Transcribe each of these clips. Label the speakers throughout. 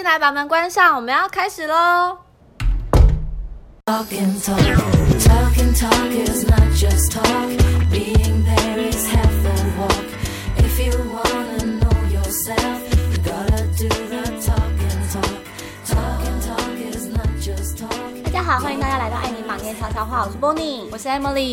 Speaker 1: 进来，把门关上，我们要开始咯。
Speaker 2: Talk and talk, talk and talk is not just talk. Being there is half the walk. If you wanna know yourself, you gotta do the talk and talk. Talk and talk is not just talk.
Speaker 1: 大家好，欢迎大家来到艾米坊间悄悄话，我是 Bonnie，
Speaker 3: 我是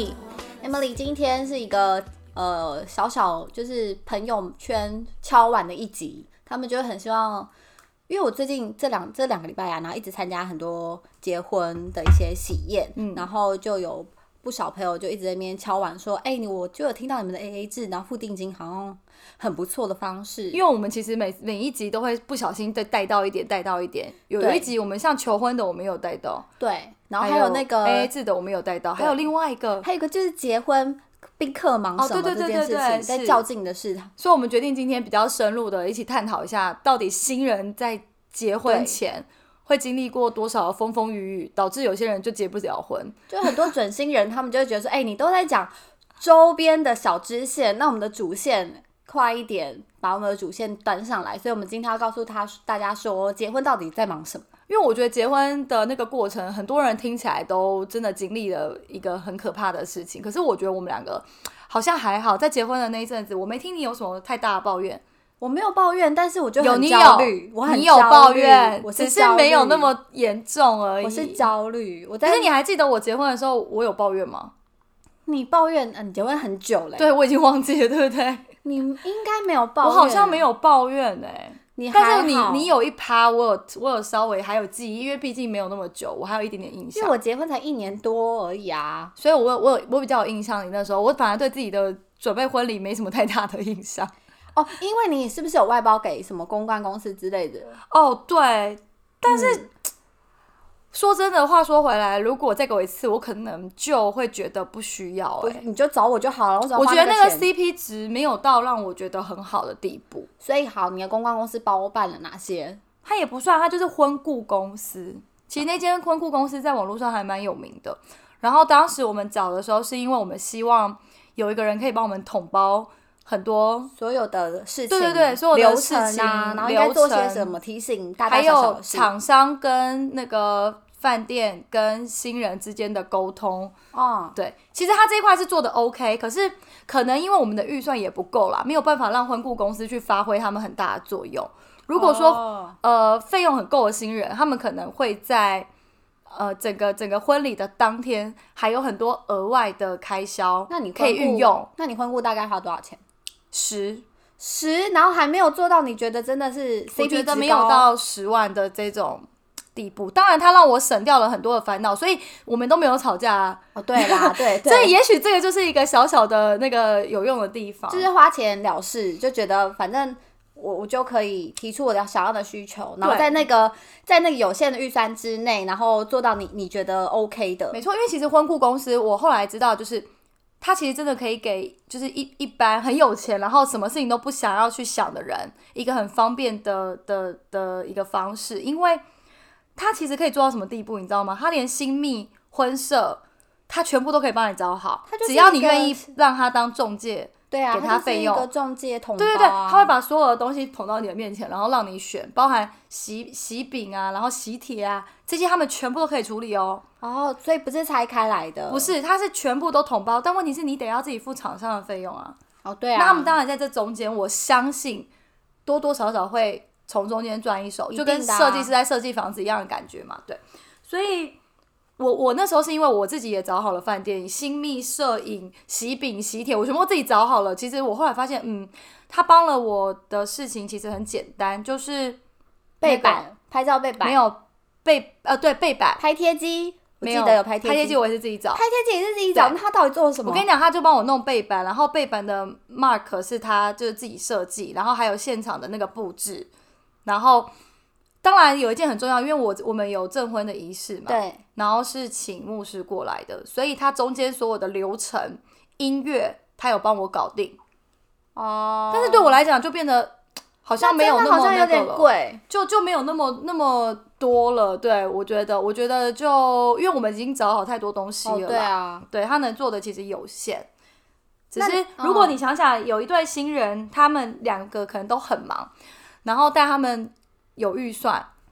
Speaker 3: Emily。
Speaker 1: 今天是一个小小就是朋友圈敲碗的一集，他们就很希望。因为我最近这两个礼拜啊，然后一直参加很多结婚的一些喜宴，然后就有不少朋友就一直在那边敲碗说，我就有听到你们的 AA 制，然后付定金好像很不错的方式。
Speaker 3: 因为我们其实每一集都会不小心带到一点，有一集我们像求婚的我们有带到，
Speaker 1: 对，然后还有那个
Speaker 3: AA 制的我们有带到，还有另外一个，
Speaker 1: 还有一个就是结婚宾客忙什么这件事情，在较劲的事，
Speaker 3: 所以我们决定今天比较深入的一起探讨一下，到底新人在结婚前会经历过多少风风雨雨，导致有些人就结不了婚。
Speaker 1: 就很多准新人，他们就会觉得说，你都在讲周边的小支线，那我们的主线快一点，把我们的主线端上来。所以我们今天要告诉大家说，结婚到底在忙什么？
Speaker 3: 因为我觉得结婚的那个过程，很多人听起来都真的经历了一个很可怕的事情。可是我觉得我们两个好像还好，在结婚的那一阵子，我没听你有什么太大的抱怨。
Speaker 1: 我没有抱怨，但是我就很焦虑。
Speaker 3: 你有抱怨，
Speaker 1: 我
Speaker 3: 只是没有那么严重而已。
Speaker 1: 我是焦虑。
Speaker 3: 可是你还记得我结婚的时候，我有抱怨吗？
Speaker 1: 你抱怨，你结婚很久了。
Speaker 3: 对，我已经忘记了，对不对？
Speaker 1: 你应该没有抱怨。
Speaker 3: 我好像没有抱怨但是你有一趴，我有稍微还有记忆，因为毕竟没有那么久，我还有一点点印象。
Speaker 1: 因为我结婚才1年多而已啊，
Speaker 3: 所以我比较有印象。你那时候，我反而对自己的准备婚礼没什么太大的印象。
Speaker 1: 因为你是不是有外包给什么公关公司之类的？
Speaker 3: 对，但是、说真的话说回来，如果再给我一次，我可能就会觉得不需要。
Speaker 1: 你就找我就好了。
Speaker 3: 我觉得那个 CP 值没有到让我觉得很好的地步。
Speaker 1: 所以好，你的公关公司包办了哪些？
Speaker 3: 它也不算，它就是婚顾公司。其实那间婚顾公司在网络上还蛮有名的。然后当时我们找的时候，是因为我们希望有一个人可以帮我们统包很多
Speaker 1: 所有的事情，
Speaker 3: 对，所有的事情
Speaker 1: 流程啊，然后应该做些什么，提醒大大小小的事，
Speaker 3: 还有厂商跟那个饭店跟新人之间的沟通。对，其实他这一块是做的 OK， 可是可能因为我们的预算也不够啦，没有办法让婚顾公司去发挥他们很大的作用。如果说费用很够的新人，他们可能会在整个婚礼的当天还有很多额外的开销，那你可以运用。
Speaker 1: 那你婚顾大概花多少钱
Speaker 3: ？10，
Speaker 1: 然后还没有做到你觉得真的是 CP 值高，
Speaker 3: 我觉得没有到10万的这种地步。当然他让我省掉了很多的烦恼，所以我们都没有吵架啊。
Speaker 1: 对啦，对，
Speaker 3: 所以也许这个就是一个小小的那个有用的地方，
Speaker 1: 就是花钱了事，就觉得反正我就可以提出我想要的需求，然后在那个有限的预算之内，然后做到你觉得 OK 的。
Speaker 3: 没错，因为其实婚顾公司我后来知道，就是他其实真的可以给就是一般很有钱，然后什么事情都不想要去想的人一个很方便的一个方式。因为他其实可以做到什么地步你知道吗？他连新秘婚摄他全部都可以帮你找好，只要你愿意让他当中介。
Speaker 1: 对啊，
Speaker 3: 给他费用，
Speaker 1: 他就是一个中介统包
Speaker 3: 对，他会把所有的东西捧到你的面前，然后让你选，包含喜饼啊，然后喜帖啊，这些他们全部都可以处理哦。
Speaker 1: 所以不是拆开来的，
Speaker 3: 不是，他是全部都统包，但问题是你得要自己付厂商的费用啊。
Speaker 1: 对啊，
Speaker 3: 那他们当然在这中间，我相信多多少少会从中间赚一手，就跟设计师在设计房子一样的感觉嘛。对，所以。我那时候是因为我自己也找好了饭店、新秘、摄影、喜饼、喜帖，我全部自己找好了。其实我后来发现，他帮了我的事情其实很简单，就是
Speaker 1: 背板、拍照背板
Speaker 3: 没有背板、
Speaker 1: 拍贴机，我记得有拍贴
Speaker 3: 机，我也是自己找。
Speaker 1: 拍贴机也是自己找，那他到底做了什么？
Speaker 3: 我跟你讲，他就帮我弄背板，然后背板的 mark 是他就是自己设计，然后还有现场的那个布置，然后。当然有一件很重要，因为我们有证婚的仪式嘛，
Speaker 1: 对，
Speaker 3: 然后是请牧师过来的，所以他中间所有的流程、音乐，他有帮我搞定。但是对我来讲就变得好像没有那么
Speaker 1: 好像有点贵，
Speaker 3: 就没有那么多了。对，我觉得就因为我们已经找好太多东西了啦，
Speaker 1: 对啊，
Speaker 3: 对他能做的其实有限。只是如果你想想，有一对新人，他们2个可能都很忙，然后但他们有预算，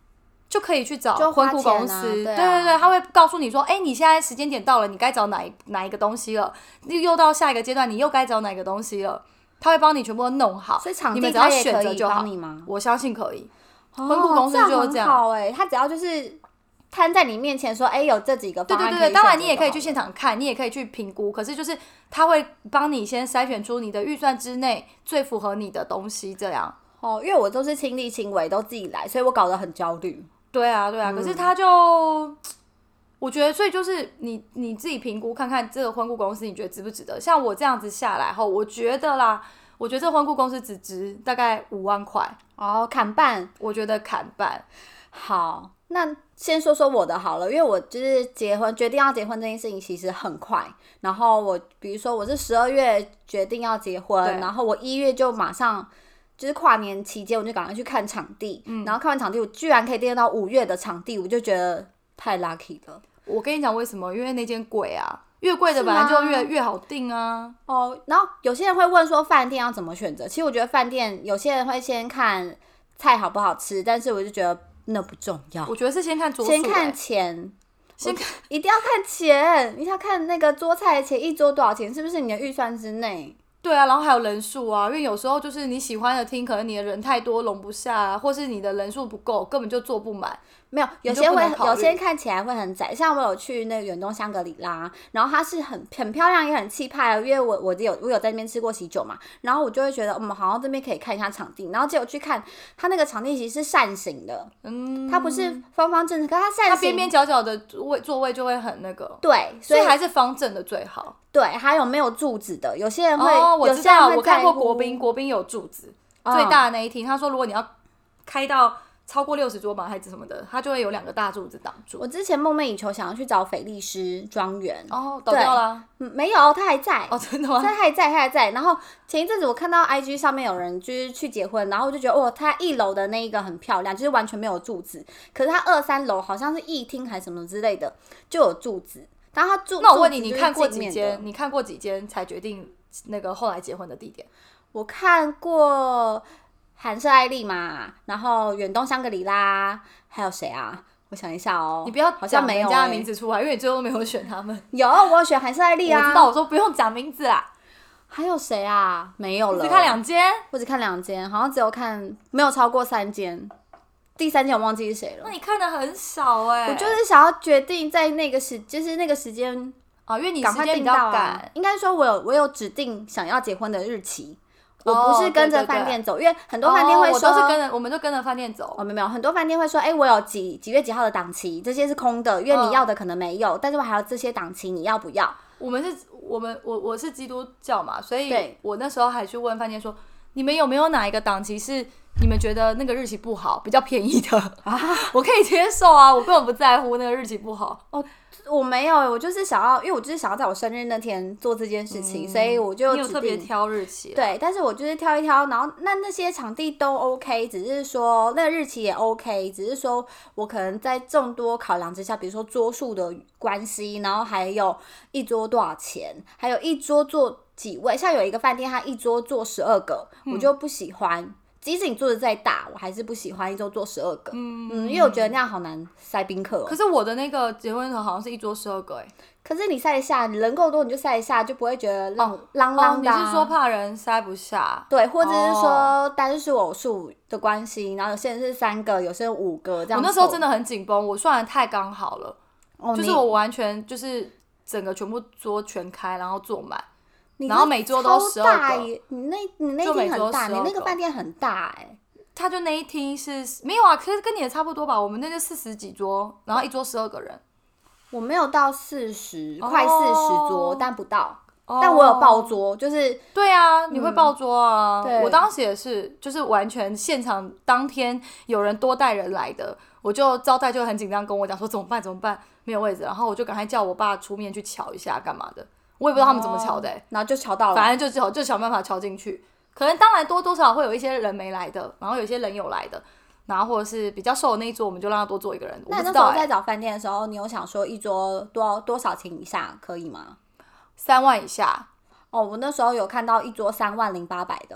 Speaker 3: 就可以去找
Speaker 1: 就花
Speaker 3: 婚顾公司，
Speaker 1: 钱啊
Speaker 3: 对
Speaker 1: 对啊
Speaker 3: 对，他会告诉你说，你现在时间点到了，你该找哪一个东西了，又到下一个阶段，你又该找哪个东西了，他会帮你全部都弄好，
Speaker 1: 所以场地
Speaker 3: 你们只要
Speaker 1: 他也可以
Speaker 3: 选择就好
Speaker 1: 帮你吗？
Speaker 3: 我相信可以，婚顾公司就是这
Speaker 1: 这样很好他只要就是摊在你面前说，有这几个方案可以选择就好了。
Speaker 3: 对，当然你也可以去现场看，你也可以去评估，可是就是他会帮你先筛选出你的预算之内最符合你的东西，这样。
Speaker 1: 因为我都是亲力亲为，都自己来，所以我搞得很焦虑。
Speaker 3: 对啊，可是他就，我觉得，所以就是你自己评估看看这个婚顾公司，你觉得值不值得？像我这样子下来后，我觉得这个婚顾公司只值大概5万块。
Speaker 1: 砍半，
Speaker 3: 我觉得砍半。
Speaker 1: 好，那先说说我的好了，因为我就是决定要结婚这件事情其实很快。然后比如说我是12月决定要结婚，然后我1月就马上。就是跨年期间，我就赶快去看场地，然后看完场地，我居然可以订到5月的场地，我就觉得太 lucky 了。
Speaker 3: 我跟你讲为什么？因为那间贵啊，越贵的本来就越好订啊。
Speaker 1: 然后有些人会问说饭店要怎么选择，其实我觉得饭店有些人会先看菜好不好吃，但是我就觉得那不重要。
Speaker 3: 我觉得是先看桌数，
Speaker 1: 先看钱。一定要看钱，一定要看那个桌菜的钱，一桌多少钱，是不是你的预算之内？
Speaker 3: 对啊，然后还有人数啊，因为有时候就是你喜欢的厅，可能你的人太多容不下啊，或是你的人数不够，根本就坐不满。
Speaker 1: 没有，有些看起来会很窄，像我有去那个远东香格里拉，然后它是很漂亮也很气派的，因为我有在那边吃过喜酒嘛，然后我就会觉得好像这边可以看一下场地，然后结果去看它那个场地其实是扇形的，它不是方方正正，可是它扇形，
Speaker 3: 它边边角角的座位就会很那个，
Speaker 1: 对，
Speaker 3: 所以还是方正的最好。
Speaker 1: 对，还有没有柱子的，有些人会，
Speaker 3: 我知道，我看过国宾有柱子，最大的那一厅，他说如果你要开到超过60桌吧，还是什么的，它就会有2个大柱子挡住。
Speaker 1: 我之前梦寐以求想要去找菲利斯庄园，
Speaker 3: 倒掉了。
Speaker 1: 没有，它还在。
Speaker 3: 真的吗？
Speaker 1: 它还在。然后前一阵子我看到 IG 上面有人就是去结婚，然后我就觉得它1楼的那一个很漂亮，就是完全没有柱子，可是它2、3楼好像是议厅还是什么之类的，就有柱子。然后
Speaker 3: 那我问你，你看过几间？你看过几间才决定那个后来结婚的地点？
Speaker 1: 我看过韩舍艾丽嘛，然后远东香格里拉，还有谁啊？我想一下
Speaker 3: 你不要
Speaker 1: 好像没有
Speaker 3: 人家的名字出来，因为你最后都没有选他们。
Speaker 1: 有，我有选韩舍艾丽啊。
Speaker 3: 我知道，我说不用讲名字啦。
Speaker 1: 还有谁啊？没有了。
Speaker 3: 只看2间，
Speaker 1: 我只看2间，好像只有看没有超过3间。第3间我忘记是谁了。
Speaker 3: 那你看的很少我
Speaker 1: 就是想要决定在就是那个时间
Speaker 3: 因为你时间比较赶。
Speaker 1: 应该说我有指定想要结婚的日期，我不是跟着饭店走，因为很多饭店会说，
Speaker 3: 我们都跟着饭店走。
Speaker 1: 没有，很多饭店会说，我有几月几号的档期，这些是空的，因为你要的可能没有，但是我还有这些档期，你要不要？
Speaker 3: 我是基督教嘛，所以我那时候还去问饭店说，你们有没有哪一个档期是你们觉得那个日期不好，比较便宜的我可以接受啊，我根本不在乎那个日期不好。
Speaker 1: 我没有，我就是想要，因为我就是想要在我生日那天做这件事情，所以我就
Speaker 3: 你有特别挑日期。
Speaker 1: 对，但是我就是挑一挑，然后那些场地都 OK， 只是说那个日期也 OK， 只是说我可能在众多考量之下，比如说桌数的关系，然后还有一桌多少钱，还有一桌坐几位，像有一个饭店，它一桌坐12个，我就不喜欢。即使你做的再大，我还是不喜欢一桌坐12个。因为我觉得那样好难塞宾客。
Speaker 3: 可是我的那个结婚的好像是一桌12个
Speaker 1: 可是你塞得下，你人够多你就塞得下，就不会觉得啷的。
Speaker 3: 你是说怕人塞不下？
Speaker 1: 对，或者是说单数偶数的关系，然后有些人是3个，有些人5个这样。
Speaker 3: 我那时候真的很紧绷，我算的太刚好了，就是我完全就是整个全部桌全开，然后坐满。然后每桌都12个，
Speaker 1: 你那厅很大，你那个饭店很大
Speaker 3: 他就那一厅是没有啊，可是跟你的差不多吧。我们那就40几桌，然后一桌12个人。
Speaker 1: 我没有到40，快40桌，但不到。但我有爆桌，就是
Speaker 3: 对啊，你会爆桌啊。
Speaker 1: 我
Speaker 3: 当时也是，就是完全现场当天有人多带人来的，我就招待就很紧张，跟我讲说怎么办，没有位置，然后我就赶快叫我爸出面去瞧一下，干嘛的。我也不知道他们怎么瞧的
Speaker 1: 然后就瞧到了，
Speaker 3: 反正就想办法瞧进去。可能当然多多少少会有一些人没来的，然后有一些人有来的，然后或者是比较瘦的那一桌，我们就让他多坐一个人。
Speaker 1: 那那时候在找饭店的时候，你有想说一桌多少钱以下可以吗？
Speaker 3: 3万以下。
Speaker 1: 我那时候有看到一桌30800的，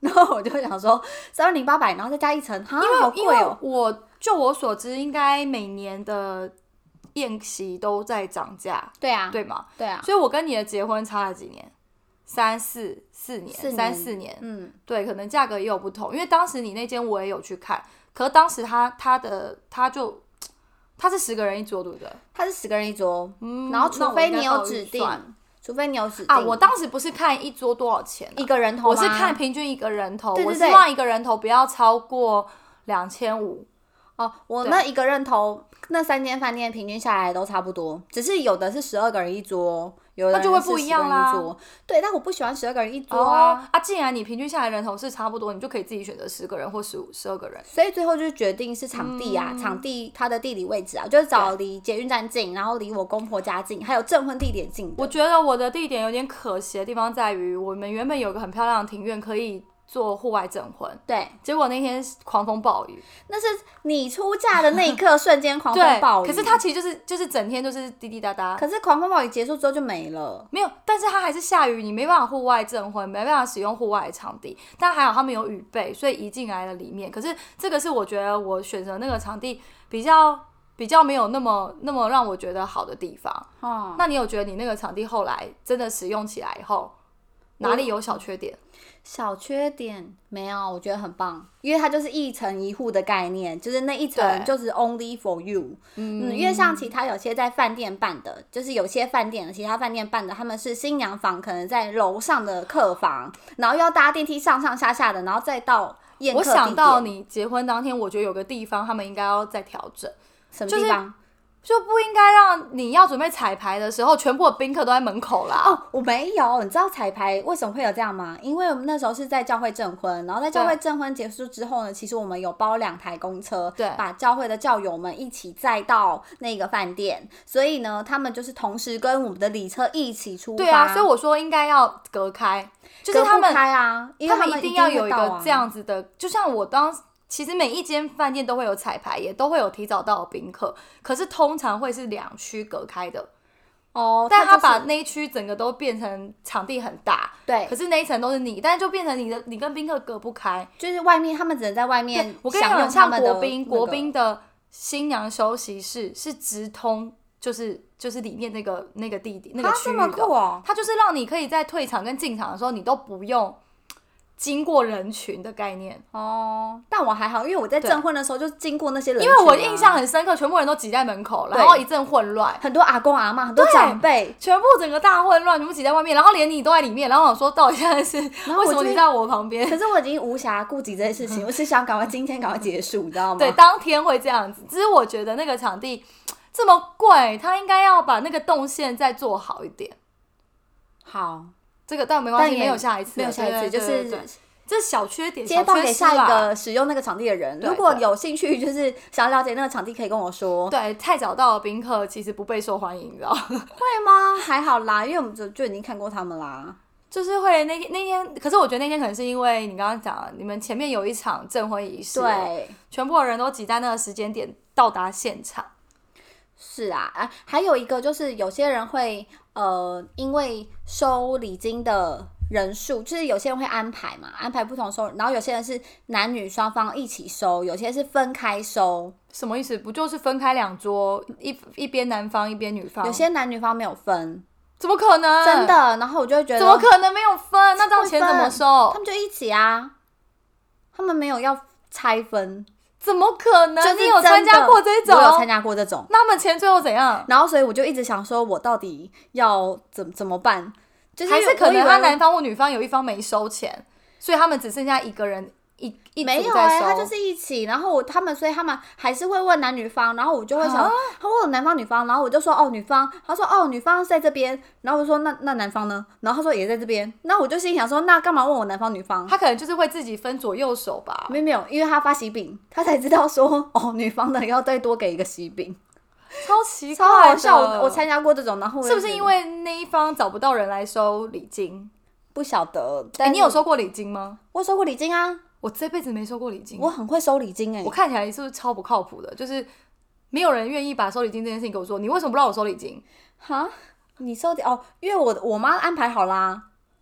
Speaker 1: 然后我就想说30800，然后再加1层，哈，好贵哦。
Speaker 3: 就我所知，应该每年的宴席都在涨价，
Speaker 1: 对啊，
Speaker 3: 对吗？
Speaker 1: 对啊，
Speaker 3: 所以我跟你的结婚差了几年？4年，对，可能价格也有不同，因为当时你那间我也有去看，可是当时他是10个人一桌，对不对？
Speaker 1: 他是10个人一桌，然后除非你有指定
Speaker 3: 啊，我当时不是看一桌多少钱
Speaker 1: 一个人头吗？
Speaker 3: 我是看平均一个人头，
Speaker 1: 对对对，
Speaker 3: 我希望一个人头不要超过2500。
Speaker 1: 哦，我那一个人头那3间饭店平均下来都差不多，只是有的是12个人一桌，有的
Speaker 3: 那就会不一样啦。
Speaker 1: 对，但我不喜欢12个人一桌啊。
Speaker 3: 既然你平均下来人头是差不多，你就可以自己选择10个人或12个人。
Speaker 1: 所以最后就决定是场地啊，场地它的地理位置啊，就是找离捷运站近，然后离我公婆家近，还有证婚地点近的。
Speaker 3: 我觉得我的地点有点可惜的地方在于，我们原本有个很漂亮的庭院可以做户外证婚，
Speaker 1: 对，
Speaker 3: 结果那天狂风暴雨，
Speaker 1: 那是你出嫁的那一刻瞬间狂风暴雨。
Speaker 3: 可是它其实就是整天都是滴滴答答。
Speaker 1: 可是狂风暴雨结束之后就没了，
Speaker 3: 没有，但是它还是下雨，你没办法户外证婚，没办法使用户外的场地。但还好他们有雨备，所以移进来了里面。可是这个是我觉得我选择那个场地比较没有那么让我觉得好的地方。那你有觉得你那个场地后来真的使用起来以后，哪里有小缺点？
Speaker 1: 小缺点没有，我觉得很棒，因为它就是一层一户的概念，就是那一层就是 only for you。因为像其他有些在饭店办的，就是有些饭店其他饭店办的，他们是新娘房可能在楼上的客房，然后要搭电梯上上下下的，然后再到宴客地点。
Speaker 3: 我想到你结婚当天，我觉得有个地方他们应该要再调整。
Speaker 1: 什么地方？
Speaker 3: 就不应该让你要准备彩排的时候，全部的宾客都在门口啦。
Speaker 1: 哦，我没有，你知道彩排为什么会有这样吗？因为我们那时候是在教会证婚，然后在教会证婚结束之后呢，其实我们有包2台公车，
Speaker 3: 对，
Speaker 1: 把教会的教友们一起载到那个饭店，所以呢，他们就是同时跟我们的礼车一起出发。
Speaker 3: 对啊，所以我说应该要隔开，就是他们
Speaker 1: 隔不开啊，因为
Speaker 3: 他们一定要有一个这样
Speaker 1: 子
Speaker 3: 的，就像我其实每一间饭店都会有彩排，也都会有提早到的宾客，可是通常会是2区隔开的。但他把那一区整个都变成场地很大，
Speaker 1: 对，
Speaker 3: 可是那一层都是你，但是就变成你跟宾客隔不开，
Speaker 1: 就是外面他们只能在外面。
Speaker 3: 我跟你讲，像国宾的新娘休息室是直通，就是里面那个地点那个区域的，它就是让你可以在退场跟进场的时候，你都不用经过人群的概念。
Speaker 1: 但我还好，因为我在证婚的时候就经过那些人群，
Speaker 3: 因为我印象很深刻，全部人都挤在门口，然后一阵混乱，
Speaker 1: 很多阿公阿嬷，很多长辈，
Speaker 3: 全部整个大混乱，全部挤在外面，然后连你都在里面，然后我说到底现在是为什么你在我旁边？
Speaker 1: 可是我已经无暇顾及这些事情，我是想今天赶快结束，你知道吗？
Speaker 3: 对，当天会这样子。只是我觉得那个场地这么贵，他应该要把那个动线再做好一点。
Speaker 1: 好，
Speaker 3: 这个但没关系，没有下一次，
Speaker 1: 没有下一次，就是
Speaker 3: 这是小缺点，
Speaker 1: 接棒给下一个使用那个场地的人。如果有兴趣，就是想要了解那个场地，可以跟我说。
Speaker 3: 对，太早到的宾客其实不备受欢迎，你知道
Speaker 1: 会吗？还好啦，因为我们就已经看过他们啦。
Speaker 3: 就是会那天，可是我觉得那天可能是因为你刚刚讲，你们前面有一场证婚仪式，
Speaker 1: 对，
Speaker 3: 全部的人都挤在那个时间点到达现场。
Speaker 1: 是啊，还有一个就是有些人会因为收礼金的人数，就是有些人会安排嘛，安排不同收，然后有些人是男女双方一起收，有些是分开收。
Speaker 3: 什么意思？不就是分开2桌，一边男方一边女方？
Speaker 1: 有些男女方没有分。
Speaker 3: 怎么可能？
Speaker 1: 真的，然后我就会觉得
Speaker 3: 怎么可能没有分？那这样钱怎么收？
Speaker 1: 他们就一起啊，他们没有要拆分。
Speaker 3: 怎么可能？你有参加过这种？
Speaker 1: 我有参加过这种。
Speaker 3: 那他们钱最后怎样？
Speaker 1: 然后所以我就一直想说，我到底要怎么办？就是
Speaker 3: 还是可能他男方或女方有一方没收钱，所以他们只剩下一个人一
Speaker 1: 没有他就是一起，然后所以他们还是会问男女方，然后我就会想，他问男方女方，然后我就说女方，他说女方在这边，然后我就说那男方呢？然后他说也在这边，那我就心想说那干嘛问我男方女方？
Speaker 3: 他可能就是会自己分左右手吧？
Speaker 1: 没有，因为他发喜饼，他才知道说女方的要再多给一个喜饼。
Speaker 3: 超奇怪，
Speaker 1: 超好笑！我参加过这种，然后
Speaker 3: 是不是因为那一方找不到人来收礼金？
Speaker 1: 不晓得。
Speaker 3: 你有收过礼金吗？
Speaker 1: 我收过礼金啊，
Speaker 3: 我这辈子没收过礼金。
Speaker 1: 我很会收礼金我
Speaker 3: 看起来是不是超不靠谱的？就是没有人愿意把收礼金这件事情跟我说。你为什么不让我收礼金？
Speaker 1: 哈，你收因为我妈安排好啦。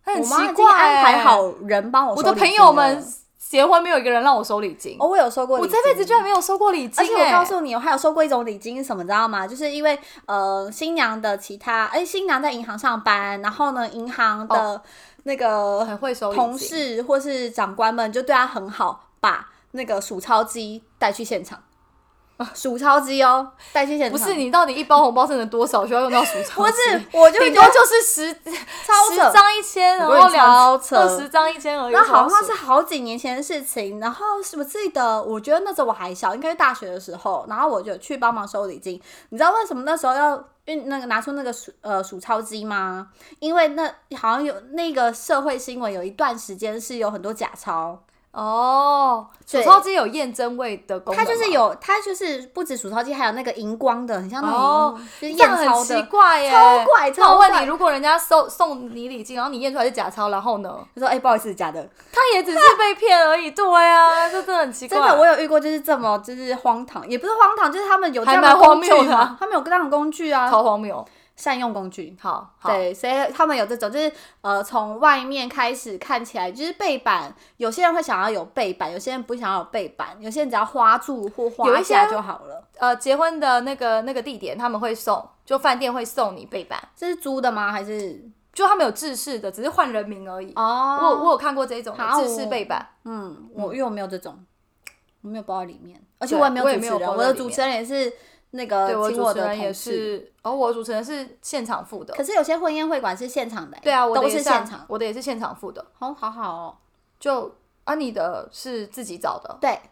Speaker 3: 很
Speaker 1: 我妈已经
Speaker 3: 奇怪
Speaker 1: 安排好人帮我收
Speaker 3: 我的
Speaker 1: 礼金了。
Speaker 3: 朋友们结婚没有一个人让我收礼金，
Speaker 1: 我有收过礼金，
Speaker 3: 我这辈子居然没有收过礼金，
Speaker 1: 而且我告诉你，我还有收过一种礼金是什么，知道吗？就是因为新娘的新娘在银行上班，然后呢，银行的那个
Speaker 3: 很会收礼金
Speaker 1: 同事或是长官们就对她很好，把那个数钞机带去现场。数钞机哦，带去现场。
Speaker 3: 不是你到底一包红包剩了多少需要用到数钞机？
Speaker 1: 不是，我就
Speaker 3: 顶多就是10张1000，然后20张1000而已。
Speaker 1: 然后好像是好几年前的事情，然后我记得，我觉得那时候我还小，应该是大学的时候，然后我就去帮忙收礼金。你知道为什么那时候要拿出那个数钞机吗？因为那好像有那个社会新闻，有一段时间是有很多假钞。
Speaker 3: 数钞机有验真伪的功能吗？
Speaker 1: 它就是不止数钞机，还有那个荧光的，很像那种就是验钞的，
Speaker 3: 很奇怪耶，
Speaker 1: 超怪。
Speaker 3: 那我问你，如果人家送你礼金，然后你验出来是假钞，然后呢？
Speaker 1: 就说不好意思，假的。
Speaker 3: 他也只是被骗而已，对啊，这真的很奇怪。
Speaker 1: 真的，我有遇过，就是这么就是荒唐，也不是荒唐，就是他们有这样
Speaker 3: 的工具
Speaker 1: 啊，他们有这样的工具啊，
Speaker 3: 超荒谬。
Speaker 1: 善用工具，
Speaker 3: 好，
Speaker 1: 对，所以他们有这种，就是从外面开始看起来就是背板，有些人会想要有背板，有些人不想要有背板，有些人只要花柱或花架就好了。
Speaker 3: 结婚的那个地点他们会送，就饭店会送你背板。
Speaker 1: 这是租的吗？还是
Speaker 3: 就他们有制式的，只是换人名而已。我有看过这一种制式背板。
Speaker 1: 因为我没有这种，我没有包在里面，而且我也没有主持人，我的主持人也是。那个
Speaker 3: 对，我
Speaker 1: 主
Speaker 3: 持人也是，我的主持人是现场付的。
Speaker 1: 可是有些婚宴会馆是现场的，
Speaker 3: 对啊，
Speaker 1: 都是现场，
Speaker 3: 我的也是现场付的。
Speaker 1: 好好哦，
Speaker 3: 你的是自己找的？
Speaker 1: 对，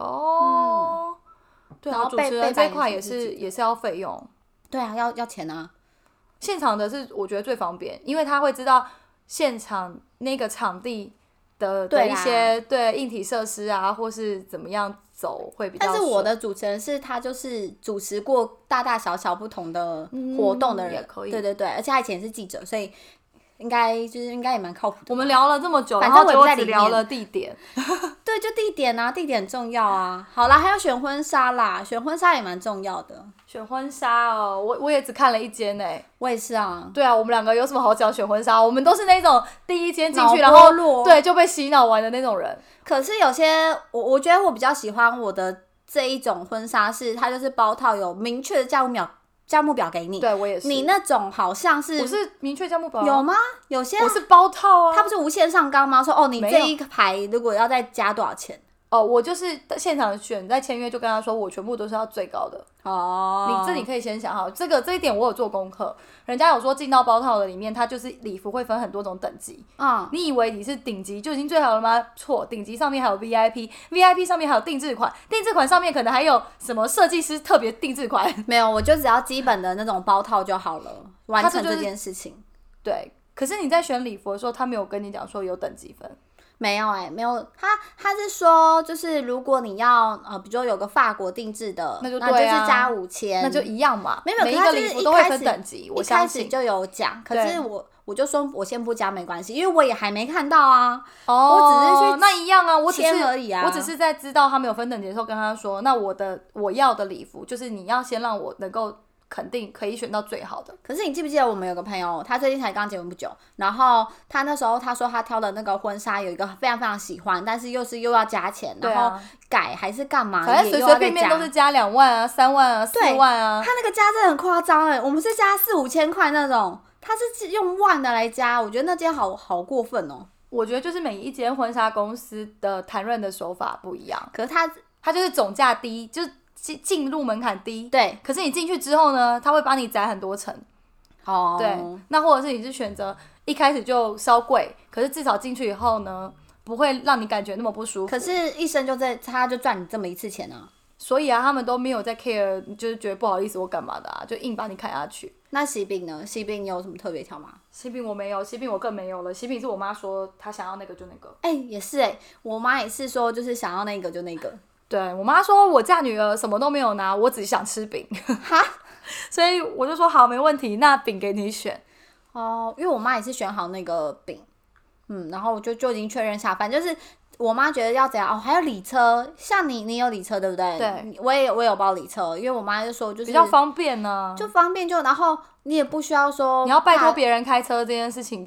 Speaker 3: 对啊，主持人这一块也是要费用。
Speaker 1: 对啊，要钱啊。
Speaker 3: 现场的是我觉得最方便，因为他会知道现场那个场地的一些硬体设施啊，或是怎么样走会比较。
Speaker 1: 但是我的主持人是他就是主持过大大小小不同的活动的人，
Speaker 3: 也可以。
Speaker 1: 对，而且他以前是记者，所以应该也蛮靠谱的。
Speaker 3: 我们聊了这么久，
Speaker 1: 反正我也不在
Speaker 3: 只聊了地点。
Speaker 1: 对，就地点啊，地点很重要啊。好啦，还要选婚纱啦，选婚纱也蛮重要的。
Speaker 3: 选婚纱哦，我也只看了一间诶。
Speaker 1: 我也是啊。
Speaker 3: 对啊，我们两个有什么好讲选婚纱？我们都是那种第一间进去然后对就被洗脑完的那种人。
Speaker 1: 可是有些我觉得我比较喜欢我的这一种婚纱是它就是包套有明确的价目表给你。
Speaker 3: 对，我也是。
Speaker 1: 你那种好像是
Speaker 3: 我是明确价目表
Speaker 1: 有吗？有些
Speaker 3: 我是包套啊。
Speaker 1: 它不是无限上纲吗？说你这一排如果要再加多少钱？
Speaker 3: 我就是现场选，在签约就跟他说，我全部都是要最高的。你可以先想好，这一点我有做功课。人家有说进到包套的里面，它就是礼服会分很多种等级。你以为你是顶级就已经最好了吗？错，顶级上面还有 VIP 上面还有定制款，定制款上面可能还有什么设计师特别定制款。
Speaker 1: 没有，我就只要基本的那种包套就好了，完成这件事情。
Speaker 3: 对，可是你在选礼服的时候，他没有跟你讲说有等级分。
Speaker 1: 没有没有，他是说，就是如果你要比如说有个法国定制的，
Speaker 3: 那就是
Speaker 1: 加5000，
Speaker 3: 那就一样嘛。
Speaker 1: 没有，
Speaker 3: 每一个礼服都会分等级，我相信
Speaker 1: 一开始就有讲，可是我就说我先不加没关系，因为我也还没看到啊。我只是去
Speaker 3: 那一样啊，我
Speaker 1: 签而已啊。
Speaker 3: 我只是在知道他没有分等级的时候跟他说，那我要的礼服就是你要先让我能够。肯定可以选到最好的。
Speaker 1: 可是你记不记得我们有个朋友，他最近才刚结婚不久，然后他那时候他说他挑的那个婚纱有一个非常非常喜欢，但是又要加钱，然后改还是干嘛，
Speaker 3: 反正随随便便都是加2万啊、3万啊、4万啊。
Speaker 1: 他那个加真的很夸张我们是加4-5千块那种，他是用万的来加，我觉得那间好过分哦。
Speaker 3: 我觉得就是每一间婚纱公司的谈论的手法不一样，
Speaker 1: 可是
Speaker 3: 他就是总价低，就是进入门槛低，
Speaker 1: 对。
Speaker 3: 可是你进去之后呢，他会帮你载很多层，对。那或者是你是选择一开始就稍贵，可是至少进去以后呢，不会让你感觉那么不舒服。
Speaker 1: 可是一生他就赚你这么一次钱啊，
Speaker 3: 所以他们都没有在 care， 就是觉得不好意思我干嘛的就硬把你砍下去。
Speaker 1: 那喜饼呢？喜饼你有什么特别挑吗？
Speaker 3: 喜饼我没有，喜饼我更没有了。喜饼是我妈说她想要那个就那个。
Speaker 1: 也是我妈也是说就是想要那个就那个。
Speaker 3: 对，我妈说我嫁女儿什么都没有拿，我只想吃饼。
Speaker 1: 哈，
Speaker 3: 所以我就说好，没问题，那饼给你选。
Speaker 1: 因为我妈也是选好那个饼，然后我就已经确认下，反正就是我妈觉得要怎样还有礼车，像你有礼车对不对？
Speaker 3: 对，
Speaker 1: 我也有包礼车，因为我妈就说就是
Speaker 3: 比较方便呢，
Speaker 1: 就方便然后你也不需要说
Speaker 3: 你要拜托别人开车这件事情就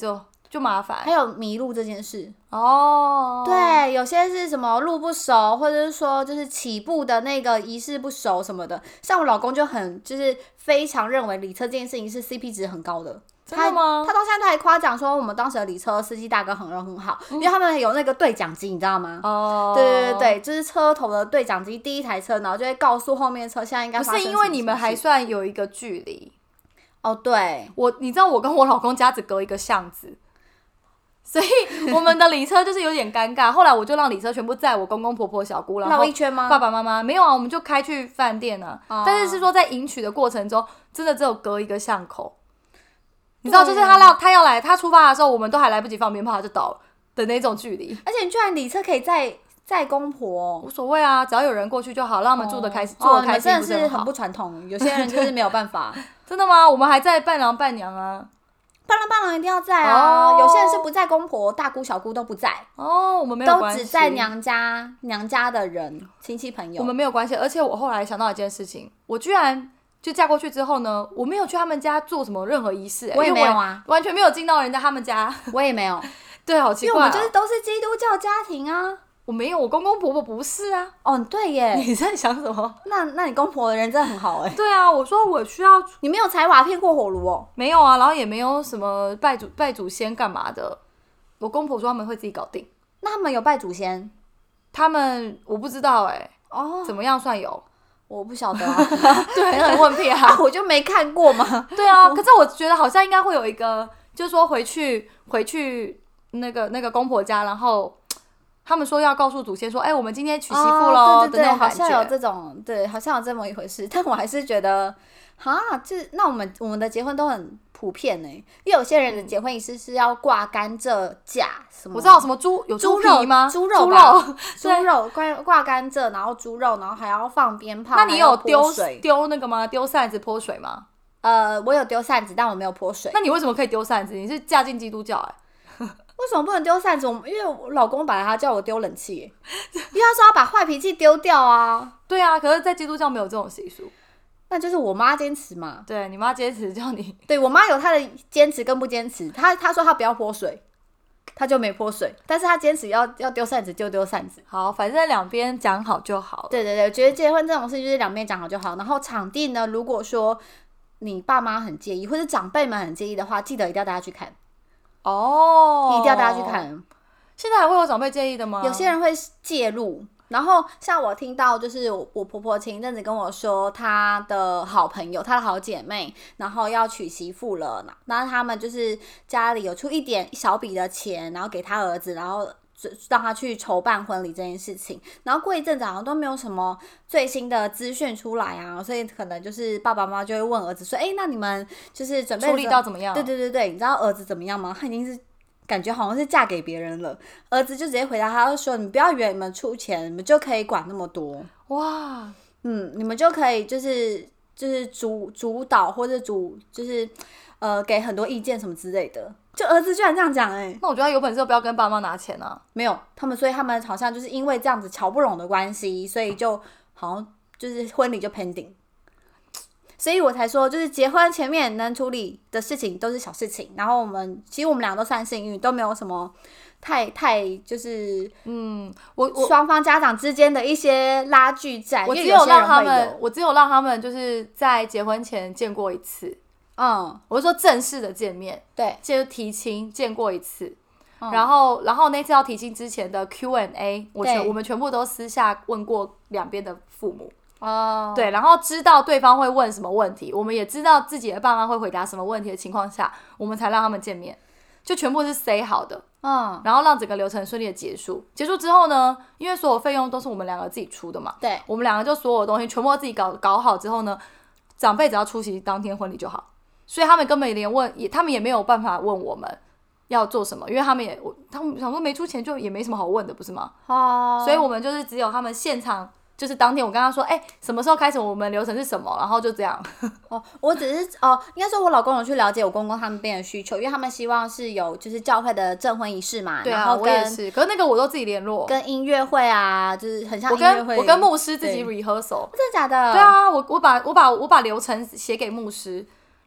Speaker 3: 就麻烦。
Speaker 1: 还有迷路这件事
Speaker 3: 哦，
Speaker 1: 对，有些是什么路不熟，或者是说就是起步的那个仪式不熟什么的。像我老公就很就是非常认为礼车这件事情是 CP 值很高的。
Speaker 3: 真的吗？
Speaker 1: 他到现在都还夸奖说我们当时的礼车司机大哥很人很好，因为他们有那个对讲机，你知道吗？
Speaker 3: 哦，
Speaker 1: 对，就是车头的对讲机，第一台车，然后就会告诉后面车现在应该发生什么事。
Speaker 3: 不是因为你们还算有一个距离
Speaker 1: 哦，对，
Speaker 3: 你知道我跟我老公家只隔一个巷子，所以我们的礼车就是有点尴尬。后来我就让礼车全部载我公公婆婆小姑，然后
Speaker 1: 绕一圈吗？
Speaker 3: 爸爸妈妈没有啊，我们就开去饭店啊。但是说在迎娶的过程中，真的只有隔一个巷口。你知道，就是他要来，他出发的时候，我们都还来不及放鞭炮，他就到了的那种距离。
Speaker 1: 而且你居然礼车可以载公婆，
Speaker 3: 无所谓啊，只要有人过去就好，让他们住得开心，住得开心，
Speaker 1: 真的是很不传统。有些人就是没有办法。
Speaker 3: 真的吗？我们还在伴郎伴娘啊。
Speaker 1: 伴郎一定要在啊，有些人是不在公婆，大姑小姑都不在。
Speaker 3: 哦，我们没有关系，
Speaker 1: 都只在娘家的人，亲戚朋友。
Speaker 3: 我们没有关系，而且我后来想到一件事情，我居然就嫁过去之后呢，我没有去他们家做什么任何仪式，
Speaker 1: 我也没有啊，
Speaker 3: 完全没有进到他们家，
Speaker 1: 我也没有。
Speaker 3: 对，好奇怪，
Speaker 1: 因为我们就是都是基督教家庭啊。
Speaker 3: 我没有，我公公婆婆不是啊。
Speaker 1: 哦，对耶，
Speaker 3: 你在想什么？
Speaker 1: 那你公婆的人真的很好哎。
Speaker 3: 对啊，我说我需要，
Speaker 1: 你没有踩瓦片过火炉哦？
Speaker 3: 没有啊，然后也没有什么拜祖先干嘛的。我公婆说他们会自己搞定。
Speaker 1: 那他们有拜祖先？
Speaker 3: 他们我不知道哎。
Speaker 1: 哦，
Speaker 3: 怎么样算有？
Speaker 1: 我不晓得啊。
Speaker 3: 对，很混屁啊。
Speaker 1: 我就没看过嘛。
Speaker 3: 对啊，可是我觉得好像应该会有一个，就是说回去那个公婆家，然后他们说要告诉祖先说，我们今天娶媳妇咯的那种感觉。
Speaker 1: 好像有这种，对，好像有这么一回事。但我还是觉得，那我们的结婚都很普遍呢，因为有些人的结婚仪式是要挂甘蔗架什么。
Speaker 3: 我知道什么猪皮吗？
Speaker 1: 猪肉，挂甘蔗，然后猪肉，然后还要放鞭炮。
Speaker 3: 那你有丢那个吗？丢扇子泼水吗？
Speaker 1: 我有丢扇子，但我没有泼水。
Speaker 3: 那你为什么可以丢扇子？你是嫁进基督教
Speaker 1: 为什么不能丢扇子？因为我老公本来他叫我丢冷气，因为他说要把坏脾气丢掉啊。
Speaker 3: 对啊，可是在基督教没有这种习俗。
Speaker 1: 那就是我妈坚持嘛。
Speaker 3: 对，你妈坚持叫你。
Speaker 1: 对，我妈有她的坚持跟不坚持。她说她不要泼水，她就没泼水。但是她坚持要丢扇子就丢扇子。
Speaker 3: 好，反正两边讲好就好了。
Speaker 1: 对，我觉得结婚这种事就是两边讲好就好。然后场地呢，如果说你爸妈很介意，或者长辈们很介意的话，记得一定要大家去看。
Speaker 3: 哦，
Speaker 1: 一定要大家去看。
Speaker 3: 现在还会有长辈介意的吗？
Speaker 1: 有些人会介入。然后像我听到就是我婆婆前一阵子跟我说，她的好朋友，她的好姐妹，然后要娶媳妇了，那他们就是家里有出一小笔的钱，然后给他儿子，然后让他去筹办婚礼这件事情。然后过一阵子好像都没有什么最新的资讯出来啊，所以可能就是爸爸妈妈就会问儿子说，那你们就是准备
Speaker 3: 处理到怎么样？
Speaker 1: 对，你知道儿子怎么样吗？他已经是感觉好像是嫁给别人了。儿子就直接回答他，就说：“你不要以为你们出钱，你们就可以管那么多。
Speaker 3: 哇，
Speaker 1: 你们就可以就是主导或者就是给很多意见什么之类的。”就儿子居然这样讲
Speaker 3: 那我觉得他有本事就不要跟爸妈拿钱啊。
Speaker 1: 没有，所以他们好像就是因为这样子瞧不拢的关系，所以就好像就是婚礼就 pending。所以我才说，就是结婚前面能处理的事情都是小事情，然后其实我们俩都算幸运，都没有什么太就是我双方家长之间的一些拉锯战。
Speaker 3: 我只有让他们就是在结婚前见过一次。我是说正式的见面，
Speaker 1: 对，
Speaker 3: 就提亲见过一次。然后那次要提亲之前的 Q&A， 我们全部都私下问过两边的父母。对，然后知道对方会问什么问题，我们也知道自己的爸妈会回答什么问题的情况下，我们才让他们见面，就全部是 say 好的，然后让整个流程顺利的结束。结束之后呢，因为所有费用都是我们两个自己出的嘛，
Speaker 1: 对，
Speaker 3: 我们两个就所有东西全部都自己搞好之后呢，长辈只要出席当天婚礼就好，所以他们根本他们也没有办法问我们要做什么，因为他们想说没出钱就也没什么好问的，不是吗？所以我们就是只有他们现场。就是当天我跟他说，什么时候开始，我们流程是什么，然后就这样。
Speaker 1: 我只是应该说我老公有去了解我公公他们边的需求，因为他们希望是有就是教会的证婚仪式嘛，
Speaker 3: 对啊，
Speaker 1: 然后
Speaker 3: 我也是，可是那个我都自己联络，
Speaker 1: 跟音乐会啊，就是很像音乐会。
Speaker 3: 我跟牧师自己 rehearsal，
Speaker 1: 真的假的？
Speaker 3: 对啊，我把流程写给牧师，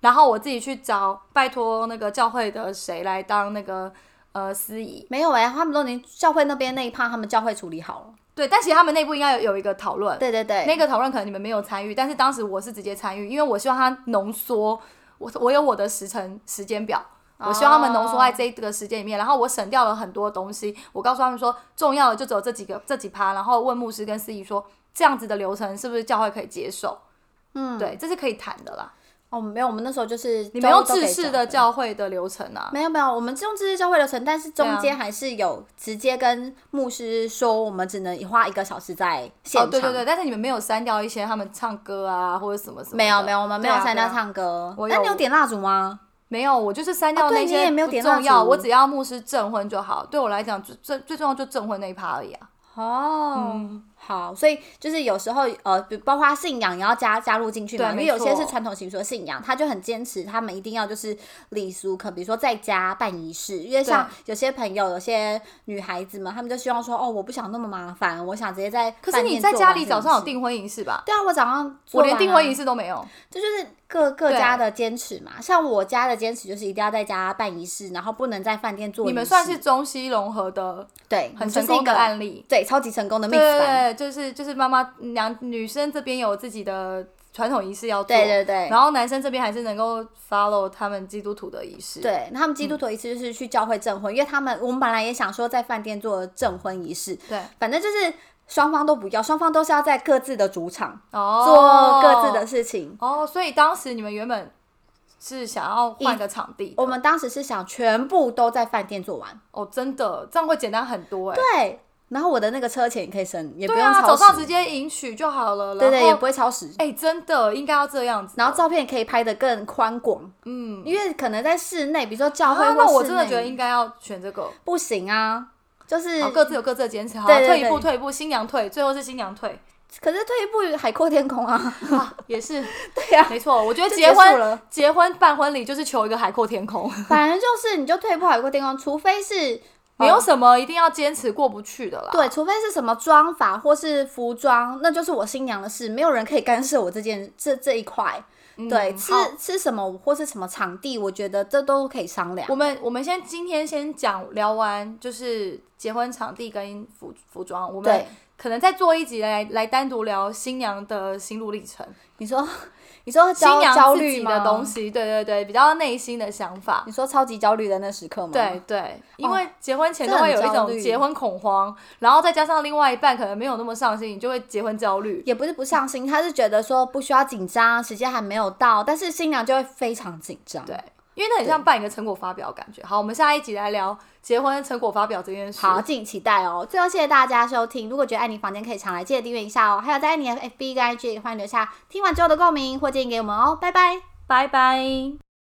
Speaker 3: 然后我自己去拜托那个教会的谁来当那个司仪。
Speaker 1: 没有他们都已经教会那边那一趴，他们教会处理好了。
Speaker 3: 对，但其实他们内部应该有一个讨论。
Speaker 1: 对对对，
Speaker 3: 那个讨论可能你们没有参与，但是当时我是直接参与，因为我希望它浓缩，我有我的时间表。我希望他们浓缩在这个时间里面，然后我省掉了很多东西。我告诉他们说，重要的就只有这几趴，然后问牧师跟司仪说，这样子的流程是不是教会可以接受？对，这是可以谈的啦。
Speaker 1: 没有，我们那时候就是
Speaker 3: 你们用制式的教会的流程啊？
Speaker 1: 没有，我们是用制式教会流程，但是中间还是有直接跟牧师说，我们只能花1个小时在现场。
Speaker 3: 对，但是你们没有删掉一些他们唱歌啊，或者什么什么的。
Speaker 1: 没有，我们没有删掉唱歌。那你有点蜡烛吗？
Speaker 3: 没有，我就是删掉那些不重要，我只要牧师证婚就好。对我来讲，最重要就证婚那一趴而已啊。
Speaker 1: 好，所以就是有时候包括信仰也要加入进去嘛，因为有些是传统习俗的信仰，他就很坚持，他们一定要就是礼俗，比如说在家办仪式，因为像有些朋友，有些女孩子们，他们就希望说，我不想那么麻烦，我想直接在饭店做完。可是
Speaker 3: 你在家里早上有订婚仪式吧？
Speaker 1: 对啊，我早上
Speaker 3: 我连订婚仪式都没有，
Speaker 1: 这就是各家的坚持嘛。像我家的坚持就是一定要在家办仪式，然后不能在饭店做仪式。
Speaker 3: 你们算是中西融合的，
Speaker 1: 对，
Speaker 3: 很成功的案例，
Speaker 1: 对，超级成功的 mix 版。
Speaker 3: 对，就是妈妈女生这边有自己的传统仪式要做，
Speaker 1: 对，
Speaker 3: 然后男生这边还是能够 follow 他们基督徒的仪式。
Speaker 1: 对，他们基督徒仪式就是去教会证婚，因为我们本来也想说在饭店做证婚仪式，
Speaker 3: 对，
Speaker 1: 反正就是双方都不要，双方都是要在各自的主场做各自的事情。
Speaker 3: 所以当时你们原本是想要换个场地，
Speaker 1: 我们当时是想全部都在饭店做完。
Speaker 3: 真的，这样会简单很多
Speaker 1: 对。然后我的那个车钱也可以省，也不用超时，
Speaker 3: 早上直接迎娶就好了。
Speaker 1: 对，也不会超时。
Speaker 3: 真的应该要这样子。
Speaker 1: 然后照片可以拍得更宽广，因为可能在室内，比如说教会或室内，
Speaker 3: 那我真的觉得应该要选这个。
Speaker 1: 不行啊，就是
Speaker 3: 各自有各自的坚持。好，退一步，新娘退，最后是新娘退。
Speaker 1: 可是退一步，海阔天空啊！
Speaker 3: 也是，
Speaker 1: 对呀，
Speaker 3: 没错。我觉得结婚办婚礼就是求一个海阔天空。
Speaker 1: 反正就是你就退一步海阔天空，除非是。
Speaker 3: 没有什么一定要坚持过不去的啦。
Speaker 1: 对，除非是什么妆法或是服装，那就是我新娘的事，没有人可以干涉我这一块。对，吃什么或是什么场地，我觉得这都可以商量。
Speaker 3: 我们今天先聊完，就是结婚场地跟服装，我们可能再做一集来单独聊新娘的心路历程。你说
Speaker 1: 新
Speaker 3: 娘自己的东西，对，比较内心的想法。
Speaker 1: 你说超级焦虑的那时刻吗？
Speaker 3: 对，因为结婚前都会有一种结婚恐慌，然后再加上另外一半可能没有那么上心，你就会结婚焦虑。
Speaker 1: 也不是不上心，他是觉得说不需要紧张，时间还没有到，但是新娘就会非常紧张。
Speaker 3: 对，因为那很像办一个成果发表感觉。好，我们下一集来聊结婚成果发表这件事。
Speaker 1: 好，敬请期待哦。最后谢谢大家收听，如果觉得爱你房间可以常来，记得订阅一下哦。还有在爱你的 FB 跟 IG 欢迎留下听完之后的共鸣或建议给我们哦。拜拜。